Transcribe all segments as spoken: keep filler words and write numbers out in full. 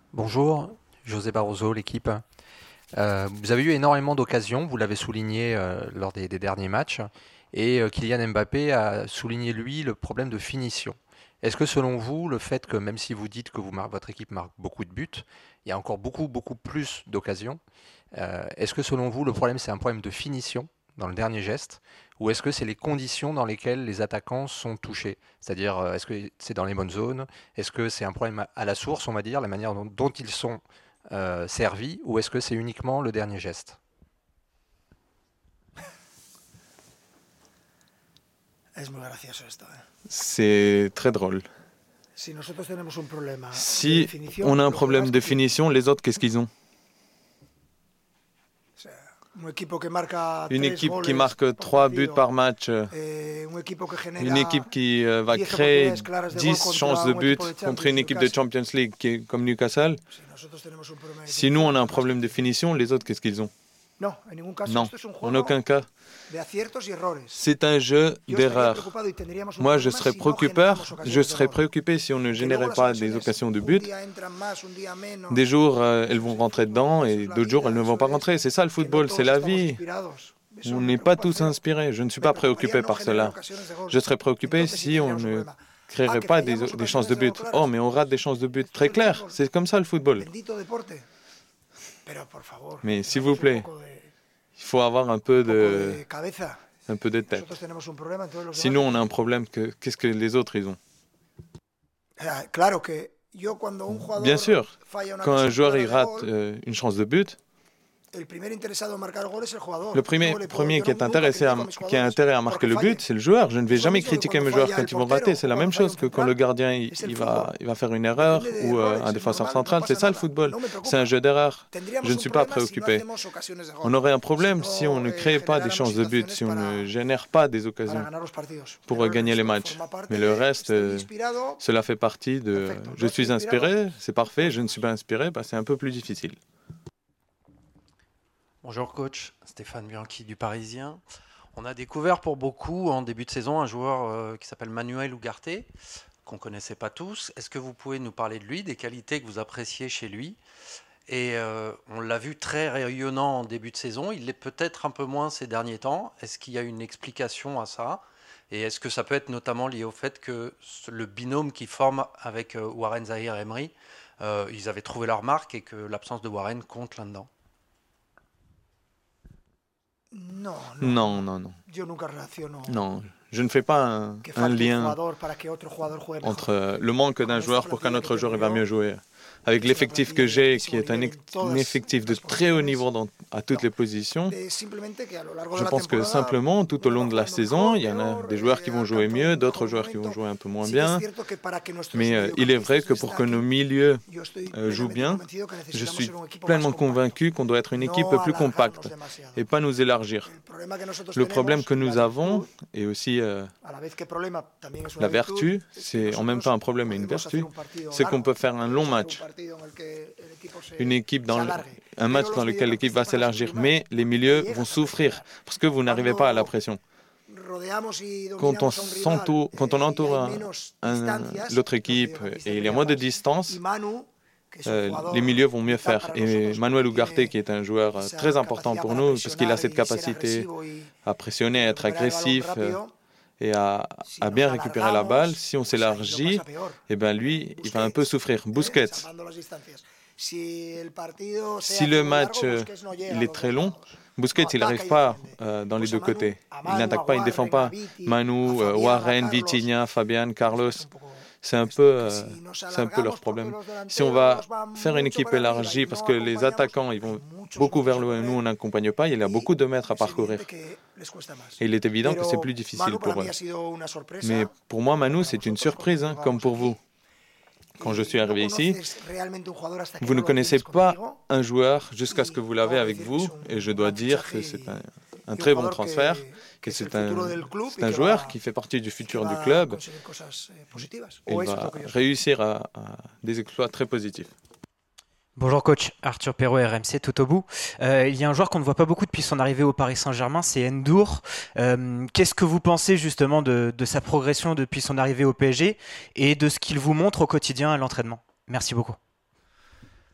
Bonjour, José Barroso, l'équipe. Euh, vous avez eu énormément d'occasions, vous l'avez souligné euh, lors des, des derniers matchs, et euh, Kylian Mbappé a souligné, lui, le problème de finition. Est-ce que selon vous, le fait que même si vous dites que vous mar- votre équipe marque beaucoup de buts, il y a encore beaucoup, beaucoup plus d'occasions, euh, est-ce que selon vous, le problème, c'est un problème de finition dans le dernier geste, ou est-ce que c'est les conditions dans lesquelles les attaquants sont touchés? C'est-à-dire, euh, est-ce que c'est dans les bonnes zones? Est-ce que c'est un problème à- à la source, on va dire, la manière dont, dont ils sont euh, servis, ou est-ce que c'est uniquement le dernier geste? Es muy gracioso esto, ¿eh? C'est très drôle. Si nosotros tenemos un problema de Si definición, on a un los demás, problème de ¿qué tienen? finition, les autres, qu'est-ce qu'ils ont? O sea, un equipo que marca Une tres équipe qui goles marque por trois buts partido, par match, euh, eh, un equipo que genera une équipe qui euh, va diez créer oportunidades claras de gol dix contra chances de un but equipo de contre une Champions, équipe de Newcastle. Champions League qui est comme Newcastle. Si nosotros tenemos un problema de Si nous, on a definición, un los demás, problème de ¿qué tienen? finition, les autres, qu'est-ce qu'ils ont? No, en ningún caso. Non, Esto es un en juego aucun cas. de aciertos y errores. C'est un jeu Yo estaría d'erreurs. preocupado y tendríamos un Moi, je problema serais si no préoccupé, generamos je ocasiones de serais gol. préoccupé si on ne Que luego générait las pas des ocasiones, occasions de un but. día entran más, un día menos. Des jours, euh, elles Eso vont es el rentrer fútbol, dedans eso et es la d'autres jours, vida, elles ne vont eso pas es rentrer. C'est ça le que no football, c'est todos la estamos vie. inspirados. Eso On me n'est pas preocupa tous cero. inspirés. Je ne suis Me pas preocuparía préoccupé no par generar cela. ocasiones de gol. Je serais préoccupé Entonces sí si on tendríamos un ne problema. Ah, créerait que pas des, fallamos des chances de ocasiones de gol but. claras. Oh, mais on rate des chances de but Esto très es el claires. fútbol. C'est comme ça le football. Bendito deporte. Pero por favor, Mais s'il vous tengamos un plaît, poco de, il faut avoir un peu un poco de, de cabeza. un peu de tête. Nosotros tenemos un problema, entonces los demás, Sinon, ¿qué on a un tienen? problème. Que, qu'est-ce que les autres, ils ont? Ah, Claro que yo cuando un Bien jugador sûr, falla una quand un ocasión joueur clara il de rate gol, euh, une chance de but, el primer interesado en marcar el gol es el jugador. le Yo premier, le puedo- premier yo qui no- est nunca intéressé à, critico a mis qui a jugadores intérêt à marquer porque le fallen. but, c'est le joueur. Je ne vais Es lo jamais mismo que critiquer cuando mes joueurs falla quand el ils vont portero rater. C'est o la cuando même falla chose un que quand le central. gardien il, Es el il va, fútbol. il va faire une erreur Depende de ou euh, errores, un es défenseur normal, no central. pasa C'est ça le nada. football. No me preocupa. C'est un jeu d'erreur. Tendríamos Je ne un suis pas problema si no préoccupé. hacemos ocasiones de gol. On aurait un problème Si si on no, ne eh, crée pas des generáramos chances de but, situaciones si on para- ne génère pas des para occasions ganar los partidos. pour Pero euh, el gagner les resto matchs. forma parte Mais le de reste, estoy euh, inspirado. cela fait partie de... Perfecto. Je No suis estoy inspirado. inspiré, c'est parfait. Je ne suis pas inspiré, bah, c'est un peu plus difficile. Bonjour coach, Stéphane Bianchi du Parisien. On a découvert pour beaucoup en début de saison un joueur euh, qui s'appelle Manuel Ugarte, qu'on ne connaissait pas tous. Est-ce que vous pouvez nous parler de lui, des qualités que vous appréciez chez lui? Et euh, on l'a vu très rayonnant en début de saison, il l'est peut-être un peu moins ces derniers temps. Est-ce qu'il y a une explication à ça? Et est-ce que ça peut être notamment lié au fait que ce- le binôme qui forme avec euh, Warren Zahir Emery, euh, ils avaient trouvé leur marque et que l'absence de Warren compte là-dedans? No, no. Non, non, non. Yo nunca relaciono Non, je ne fais pas un, que un falte un lien jugador para que otro jugador juegue mejor. entre euh, le manque d'un joueur pour qu'un autre joueur il va mieux jouer. Avec l'effectif que j'ai, qui est un, ex- un effectif de très haut niveau dans- à toutes les positions, Eh, simplemente que a lo largo de je la pense que temporada, simplement, tout au uno long va de la jugando saison, mejor, il y en a peor, des joueurs eh, qui vont jouer alcanza un mieux, mejor d'autres joueurs qui vont momento. jouer un peu moins Sí que es bien. cierto que para que nuestros Mais euh, il est vrai que mediocampistas pour que destaquen, nos milieux yo estoy euh, jouent plenamente bien, convencido que je necesitamos suis ser un equipo pleinement más compacto. convaincu qu'on doit être une équipe No plus alargarnos compacte demasiado. et pas nous élargir. El problema que nosotros Le problème que tenemos, nous la avons, virtud, et aussi euh, a la vez que problema también es una la virtud, vertu, es que c'est en même nosotros temps un problème et une podemos hacer vertu, un partido c'est qu'on largo, peut faire un long podemos hacer match. un partido en el que el equipo se- Une équipe dans se le- alargue. un match Pero dans los lequel l'équipe va mediocampistas van a s'élargir, sufrir mais más, les porque milieux llegas vont a souffrir presionar. parce que vous n'arrivez pas à la pression. Rodeamos y Quand on, dominamos a un rival, s'entoure- quand on eh, y entoure hay un- menos un- distancias, l'autre los équipe mediocampistas et il y a llegan moins de más. distance, Y Manu, que es un euh, jugador les milieux vont mieux vital faire. para Et nosotros, Manuel porque Ugarte, tiene qui est un joueur euh, esa très important capacidad pour para nous, parce qu'il a presionar cette y ser capacité agresivo y à pressionner, à être recuperar el balón agressif euh, rápido. et à, Si à nos bien récupérer la balle. alargamos, Si on pues ahí lo s'élargit, pasa peor. eh ben lui, il va un peu Busquets, souffrir. eh, Busquets, salvando las distancias. Si el partido se si hace le muy match largo, euh, Busquets no llega il a est los très dos long, lados. Busquets, No il ataca n'arrive y pas defiende. euh, dans les Pues deux a Manu, côtés. a Il Manu, n'attaque a pas, il ne défend Warren, a pas. Viti, Manu, a euh, Fabián, a Warren, Carlos, Vitinha, Fabian, Carlos, es un poco c'est un esto, peu, que euh, si nos c'est un peu leur alargamos porque problème. los Si on va delanteros van faire une mucho équipe para arriba élargie y parce no que les acompañamos, attaquants ils hay vont muchos beaucoup vers metros le haut, que nous on correr n'accompagne pas, il y a y beaucoup de mètres à es parcourir. evidente que les cuesta más. Et il est évident que c'est Pero plus difficile Manu para pour mí eux. ha sido una sorpresa. Mais pour moi, Manu, para c'est une nosotros surprise, cuando hein, comme llegamos pour aquí. vous. Quand je Y suis no arrivé ici, conoces realmente un jugador hasta que vous no ne lo connaissez tienes pas contigo. un joueur jusqu'à ce que vous l'avez Y avec decir vous, que es un et je gran dois dire fichaje que y- c'est un, y un un très bon jugador transfert, que- que que es c'est el futuro un, del club c'est y un que joueur va- qui fait partie du que futur va du a club, conseguir cosas, eh, positivas. et O il eso es va lo que yo sé. réussir à, à des exploits très positifs. Bonjour coach, Arthur Perrault, R M C, tout au bout. Euh, il y a un joueur qu'on ne voit pas beaucoup depuis son arrivée au Paris Saint-Germain, c'est Ndour. Euh, Qu'est-ce que vous pensez justement de, de sa progression depuis son arrivée au P S G et de ce qu'il vous montre au quotidien à l'entraînement? Merci beaucoup.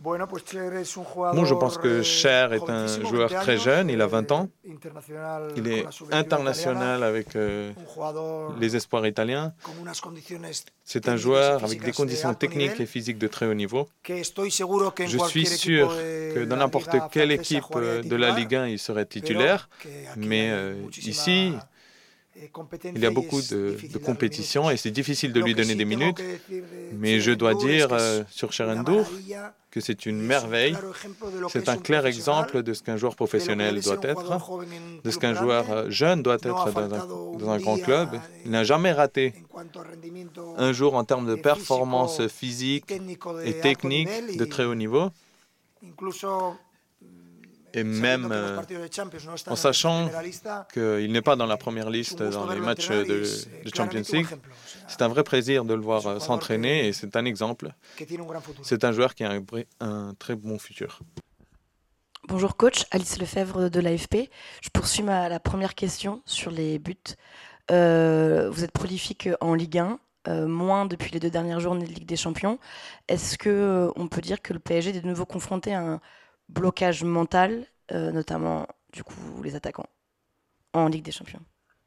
Bon, je pense que Cher est un joueur très jeune, il a vingt ans. Il est international avec euh, les espoirs italiens. C'est un joueur avec des conditions techniques et physiques de très haut niveau. Je suis sûr que dans n'importe quelle équipe de la Ligue un, il serait titulaire, mais euh, ici, il y a beaucoup de, de compétition et c'est difficile de lui donner des minutes. Mais je dois dire euh, sur Cher N'Dour que c'est une merveille. C'est un clair exemple de ce qu'un joueur professionnel doit être, de ce qu'un joueur jeune doit être dans un, dans un grand club. Il n'a jamais raté un jour en termes de performance physique et technique de très haut niveau. Et même euh, en sachant qu'il n'est pas dans la première liste dans les matchs de, de Champions League, c'est un vrai plaisir de le voir euh, s'entraîner et c'est un exemple. C'est un joueur qui a un, un très bon futur. Bonjour coach, Alice Lefebvre de l'A F P. Je poursuis ma, la première question sur les buts. Euh, vous êtes prolifique en Ligue un, euh, moins depuis les deux dernières journées de Ligue des Champions. Est-ce qu'on euh, peut dire que le P S G est de nouveau confronté à un blocage mental, euh, notamment du coup les attaquants en Ligue des Champions?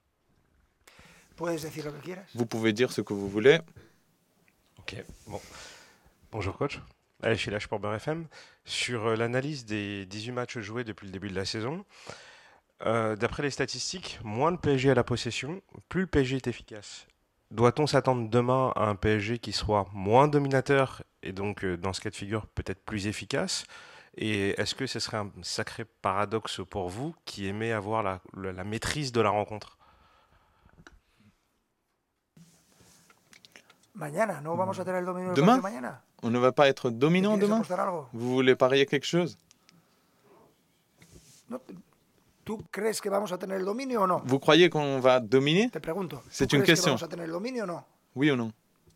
Vous pouvez dire ce que vous voulez. Ok, bon. Bonjour coach, allez, je suis là pour Beurre F M. Sur euh, l'analyse des dix-huit matchs joués depuis le début de la saison, euh, d'après les statistiques, moins le P S G a la possession, plus le P S G est efficace. Doit-on s'attendre demain à un P S G qui soit moins dominateur et donc euh, dans ce cas de figure peut-être plus efficace? Et est-ce que ce serait un sacré paradoxe pour vous qui aimez avoir la, la, la maîtrise de la rencontre? Demain, on ne va pas être dominant demain? Vous voulez parier quelque chose? Vous croyez qu'on va dominer? C'est une question. Oui ou non?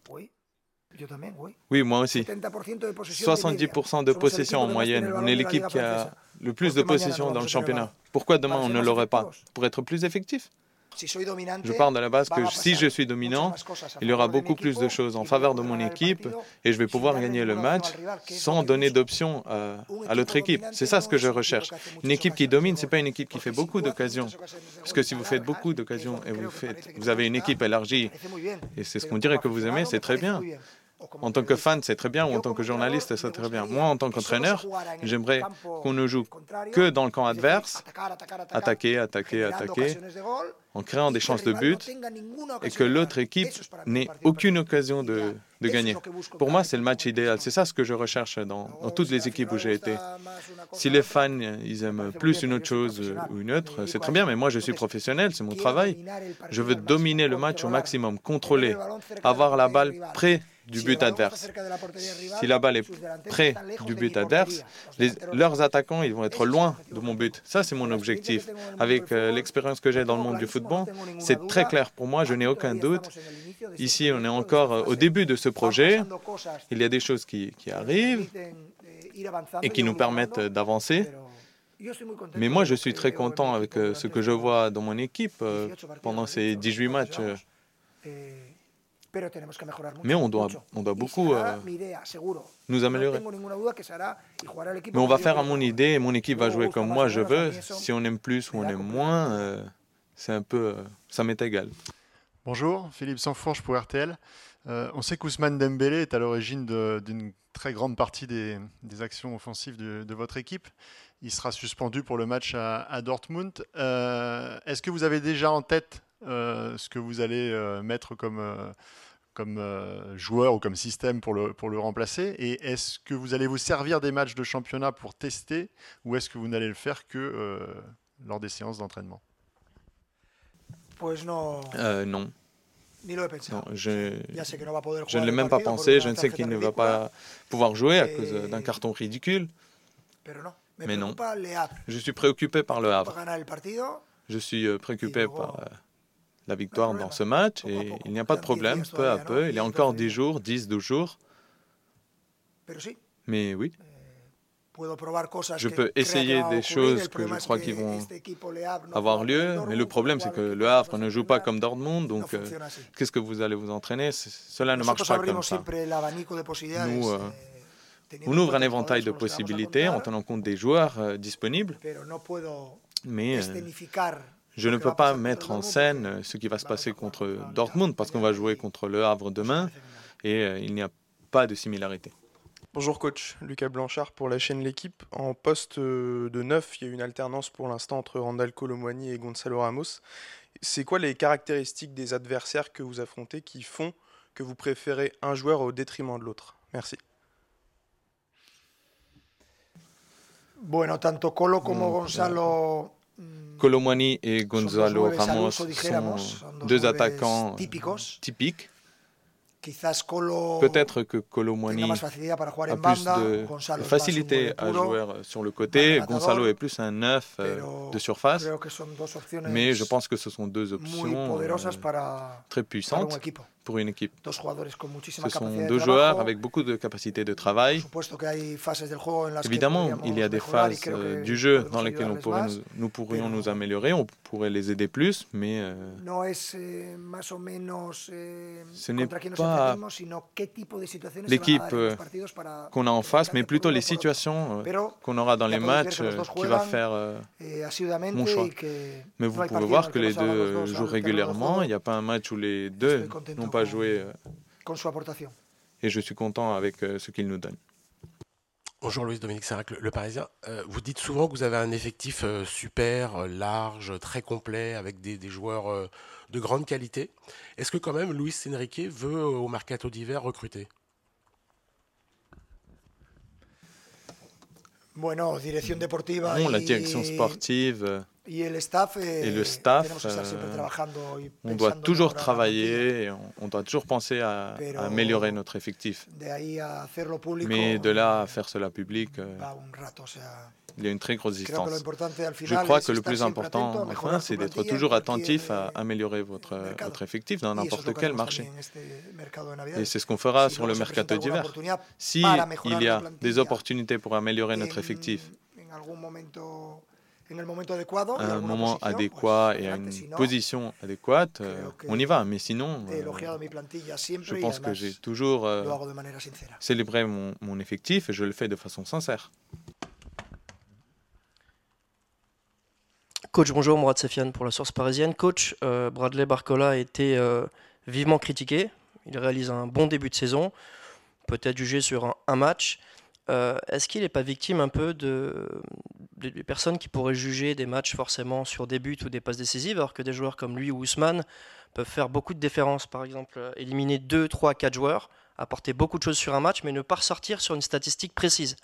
Oui, moi aussi. soixante-dix pour cent de possession en moyenne. On est l'équipe qui a le plus de possession dans le championnat. Pourquoi demain on ne l'aurait pas? Pour être plus effectif? Je pars de la base que si je suis dominant, il y aura beaucoup plus de choses en faveur de mon équipe et je vais pouvoir gagner le match sans donner d'options à, à l'autre équipe. C'est ça ce que je recherche. Une équipe qui domine, ce n'est pas une équipe qui fait beaucoup d'occasions. Parce que si vous faites beaucoup d'occasions et vous, faites, vous avez une équipe élargie, et c'est ce qu'on dirait que vous aimez, c'est très bien. En tant que fan, c'est très bien, ou en tant que journaliste, c'est très bien. Moi, en tant qu'entraîneur, j'aimerais qu'on ne joue que dans le camp adverse, attaquer, attaquer, attaquer, en créant des chances de but, et que l'autre équipe n'ait aucune occasion de, de gagner. Pour moi, c'est le match idéal. C'est ça ce que je recherche dans, dans toutes les équipes où j'ai été. Si les fans, ils aiment plus une autre chose ou une autre, c'est très bien, mais moi, je suis professionnel, c'est mon travail. Je veux dominer le match au maximum, contrôler, avoir la balle près du but adverse. Si la balle est près du but adverse, les, leurs attaquants ils vont être loin de mon but. Ça, c'est mon objectif. Avec euh, l'expérience que j'ai dans le monde du football, c'est très clair pour moi, je n'ai aucun doute. Ici, on est encore euh, au début de ce projet. Il y a des choses qui, qui arrivent et qui nous permettent d'avancer. Mais moi, je suis très content avec euh, ce que je vois dans mon équipe euh, pendant ces dix-huit matchs. Euh, Mais on doit, on doit beaucoup euh, nous améliorer. Mais on va faire à mon idée et mon équipe va jouer comme moi je veux. Si on aime plus ou on aime moins, euh, c'est un peu, euh, ça m'est égal. Bonjour, Philippe Sanfourche pour R T L. Euh, on sait qu'Ousmane Dembélé est à l'origine de, d'une très grande partie des, des actions offensives de, de votre équipe. Il sera suspendu pour le match à, à Dortmund. Euh, est-ce que vous avez déjà en tête euh, ce que vous allez euh, mettre comme... Euh, comme euh, joueur ou comme système pour le, pour le remplacer? Et est-ce que vous allez vous servir des matchs de championnat pour tester ou est-ce que vous n'allez le faire que euh, lors des séances d'entraînement? euh, Non. Non, je, je ne l'ai même pas pensé. Je ne sais qu'il ne va pas pouvoir jouer à cause d'un carton ridicule. Mais non. Je suis préoccupé par le Havre. Je suis préoccupé par... Euh, la victoire dans ce match et il n'y a pas de problème, peu à peu. Il y a encore dix jours, dix, douze jours. Mais oui, je peux essayer des choses que je crois qui vont avoir lieu. Mais le problème, c'est que le Havre ne joue pas comme Dortmund. Donc, euh, qu'est-ce que vous allez vous entraîner? Cela ne marche pas comme ça. Nous, euh, On ouvre un éventail de possibilités en tenant compte des joueurs euh, disponibles, mais euh, je ne peux pas mettre en scène ce qui va se passer contre Dortmund parce qu'on va jouer contre Le Havre demain et euh, il n'y a pas de similarité. Bonjour coach, Lucas Blanchard pour la chaîne L'équipe. En poste de neuf, il y a une alternance pour l'instant entre Randal Kolo Muani et Gonzalo Ramos. C'est quoi les caractéristiques des adversaires que vous affrontez qui font que vous préférez un joueur au détriment de l'autre? Merci. Bueno, tanto Colo como Gonzalo. Kolo Muani et Gonzalo Ramos sont deux attaquants typiques. Peut-être que Kolo Muani a plus de facilité à jouer sur le côté, Gonzalo est plus un neuf de surface, mais je pense que ce sont deux options très puissantes pour une équipe. Ce sont deux joueurs avec beaucoup de capacité de travail. Évidemment, il y a des phases euh, du jeu dans lesquelles on pourrait nous, nous pourrions nous améliorer, on pourrait les aider plus, mais euh, ce n'est pas l'équipe euh, qu'on a en face, mais plutôt les situations euh, qu'on aura dans les matchs euh, qui va faire euh, mon choix. Mais vous pouvez voir que les deux jouent régulièrement, il n'y a pas un match où les deux n'ont pas joué euh, et je suis content avec euh, ce qu'ils nous donnent. Bonjour Louis Dominique Serac, le, le Parisien. Euh, vous dites souvent que vous avez un effectif euh, super, euh, large, très complet, avec des, des joueurs euh, de grande qualité. Est-ce que quand même Luis Enrique veut euh, au mercato d'hiver recruter? Bueno, direction deportiva bon, la direction sportive et le staff, et le staff euh, on doit toujours travailler, et on, on doit toujours penser à, à améliorer notre effectif. Mais de là à faire cela public, euh, il y a une très grosse distance. Je crois que le plus important, enfin, c'est d'être toujours attentif à améliorer votre, votre effectif dans n'importe quel marché. Et c'est ce qu'on fera sur le mercato d'hiver. Si il y a des opportunités pour améliorer notre effectif, à un moment adéquat et à une position adéquate, euh, on y va. Mais sinon, euh, je pense que j'ai toujours euh, célébré mon, mon effectif et je le fais de façon sincère. Coach, bonjour, Mourad Safiane pour la Source Parisienne. Coach, euh, Bradley Barcola a été euh, vivement critiqué. Il réalise un bon début de saison, peut-être jugé sur un, un match. Euh, est-ce qu'il n'est pas victime un peu de, de, de personnes qui pourraient juger des matchs forcément sur des buts ou des passes décisives, alors que des joueurs comme lui ou Ousmane peuvent faire beaucoup de différences, par exemple éliminer deux, trois, quatre joueurs, apporter beaucoup de choses sur un match, mais ne pas ressortir sur une statistique précise?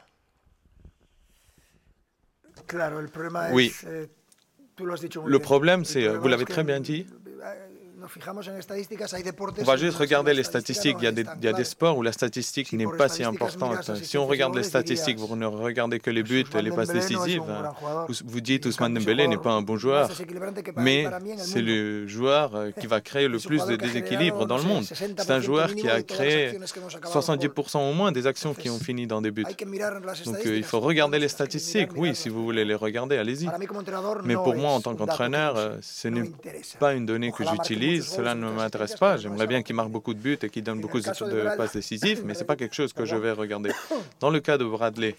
Oui. Le problème, c'est, vous l'avez très bien dit, on va juste regarder les statistiques. Il y a des, il y a des sports où la statistique n'est pas si importante. Si on regarde les statistiques, vous ne regardez que les buts, les passes décisives. Vous dites Ousmane Dembélé n'est pas un bon joueur, mais c'est le joueur qui va créer le plus de déséquilibre dans le monde. C'est un joueur qui a créé soixante-dix pour cent au moins des actions qui ont fini dans des buts. Donc il faut regarder les statistiques. Oui, si vous voulez les regarder, allez-y. Mais pour moi, en tant qu'entraîneur, ce n'est pas une donnée que j'utilise. Cela ne m'intéresse pas. J'aimerais bien qu'il marque beaucoup de buts et qu'il donne beaucoup de passes décisives, mais ce n'est pas quelque chose que je vais regarder. Dans le cas de Bradley,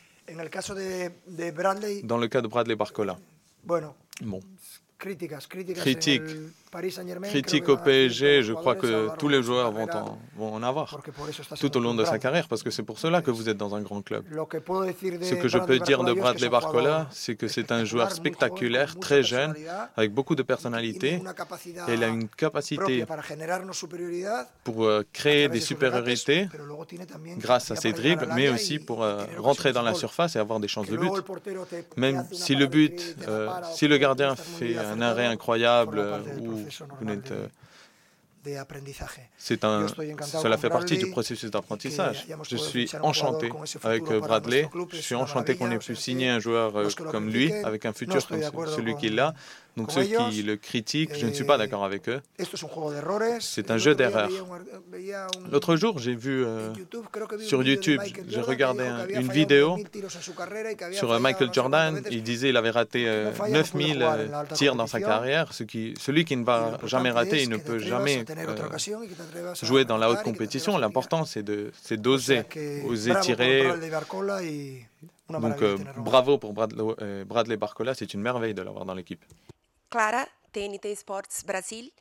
dans le cas de Bradley Barcola, bon. Critique. Critique au P S G, je crois que tous les joueurs vont en, vont en avoir tout au long de sa carrière, parce que c'est pour cela que vous êtes dans un grand club. Ce que je peux dire de Bradley Barcola, c'est que c'est un joueur spectaculaire, très jeune, avec beaucoup de personnalité, et il a une capacité pour euh, créer des supériorités grâce à ses dribbles, mais aussi pour euh, rentrer dans la surface et avoir des chances de but. Même si le but, euh, si le gardien fait un arrêt incroyable euh, ou vous n'êtes, euh, c'est un, cela fait partie du processus d'apprentissage. Je suis enchanté avec Bradley, je suis enchanté qu'on ait pu signer un joueur euh, comme lui, avec un futur comme celui qu'il a, Donc ceux qui le critiquent, je ne suis pas d'accord avec eux. C'est un jeu d'erreurs. L'autre jour, j'ai vu euh, sur YouTube, j'ai regardé un, une vidéo sur euh, Michael Jordan. Il disait qu'il avait raté euh, neuf mille euh, tirs dans sa carrière. Ce qui, celui qui ne va jamais rater, il ne peut jamais euh, jouer dans la haute compétition. L'important, c'est de, c'est d'oser, oser tirer. Donc euh, bravo pour Bradley, euh, Bradley Barcola, c'est une merveille de l'avoir dans l'équipe. Clara, T N T Sports Brasil.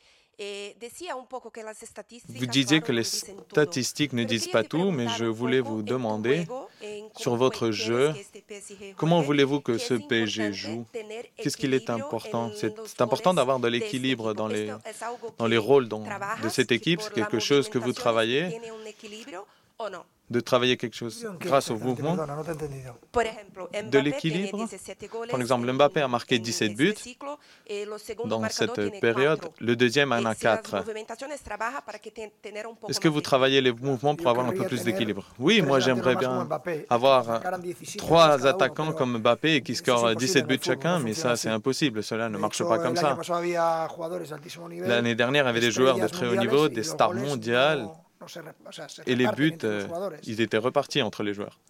Vous disiez que les statistiques ne disent pas tout, mais je voulais vous demander, sur votre jeu, comment voulez-vous que ce P S G joue? Qu'est-ce qu'il est important? C'est important d'avoir de l'équilibre dans les, dans les rôles dans, de cette équipe. C'est quelque chose que vous travaillez, de travailler quelque chose grâce au mouvement, de l'équilibre. Par exemple, Mbappé a marqué dix-sept buts dans cette période, le deuxième en a quatre. Est-ce que vous travaillez les mouvements pour avoir un peu plus d'équilibre? Oui, moi j'aimerais bien avoir trois attaquants comme Mbappé et qui scorent dix-sept buts chacun, mais ça c'est impossible, cela ne marche pas comme ça. L'année dernière, il y avait des joueurs de très haut niveau, des stars mondiales, et les buts, euh, ils étaient repartis entre les joueurs.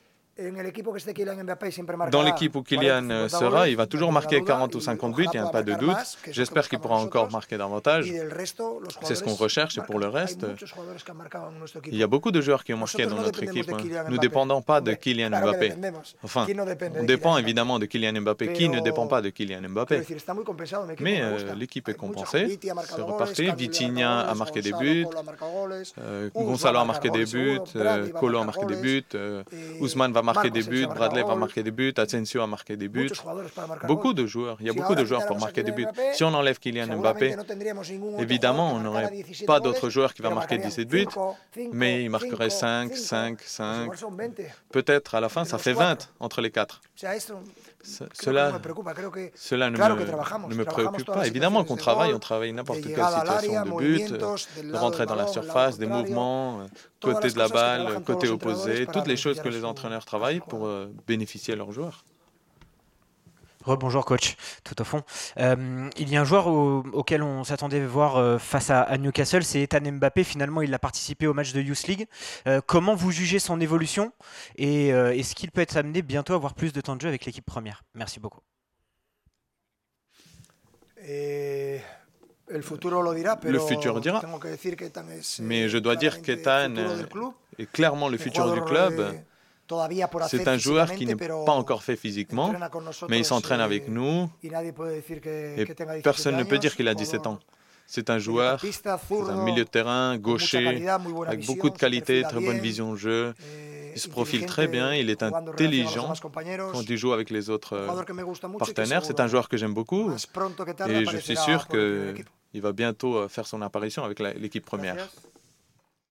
Dans l'équipe où Kylian sera, il va toujours marquer quarante ou cinquante buts, il n'y a pas de doute. J'espère qu'il pourra encore marquer davantage. C'est ce qu'on recherche, et pour le reste, il y a beaucoup de joueurs qui ont marqué dans notre équipe. Nous ne dépendons pas de Kylian Mbappé. Enfin, on dépend évidemment de Kylian Mbappé. Qui ne dépend pas de Kylian Mbappé? Mais euh, l'équipe est compensée, c'est reparti. Vitinha a marqué des buts, euh, Gonzalo a marqué des buts, euh, Kolo a marqué des buts, euh, Ousmane va marquer des buts, Bradley va marquer des buts, Asensio a marqué des buts. Beaucoup de joueurs, il y a beaucoup de joueurs pour marquer des buts. Si on enlève Kylian Mbappé, évidemment, on n'aurait pas d'autres joueurs qui vont marquer dix-sept buts, mais il marquerait cinq, cinq, cinq. Peut-être à la fin, ça fait vingt entre les quatre. Cela, cela ne, me, ne me préoccupe pas. Évidemment qu'on travaille, on travaille n'importe quelle situation de but, de rentrer dans la surface, des mouvements, côté de la balle, côté opposé, toutes les choses que les entraîneurs travaillent pour euh, bénéficier à leurs joueurs. Rebonjour coach, tout au fond. Euh, il y a un joueur au, auquel on s'attendait voir euh, face à, à Newcastle, c'est Ethan Mbappé. Finalement, il a participé au match de Youth League. Euh, comment vous jugez son évolution et euh, est-ce qu'il peut être amené bientôt à avoir plus de temps de jeu avec l'équipe première? Merci beaucoup. Et... Le futur dira. Mais je dois dire qu'Ethan est clairement le futur du club. C'est un joueur qui n'est pas encore fait physiquement, mais il s'entraîne avec nous et personne ne peut dire qu'il a dix-sept ans. C'est un joueur, c'est un milieu de terrain, gaucher, avec beaucoup de qualité, très bonne vision de jeu. Il se profile très bien, il est intelligent quand il joue avec les autres partenaires. C'est un joueur que j'aime beaucoup et je suis sûr qu'il va bientôt faire son apparition avec l'équipe première.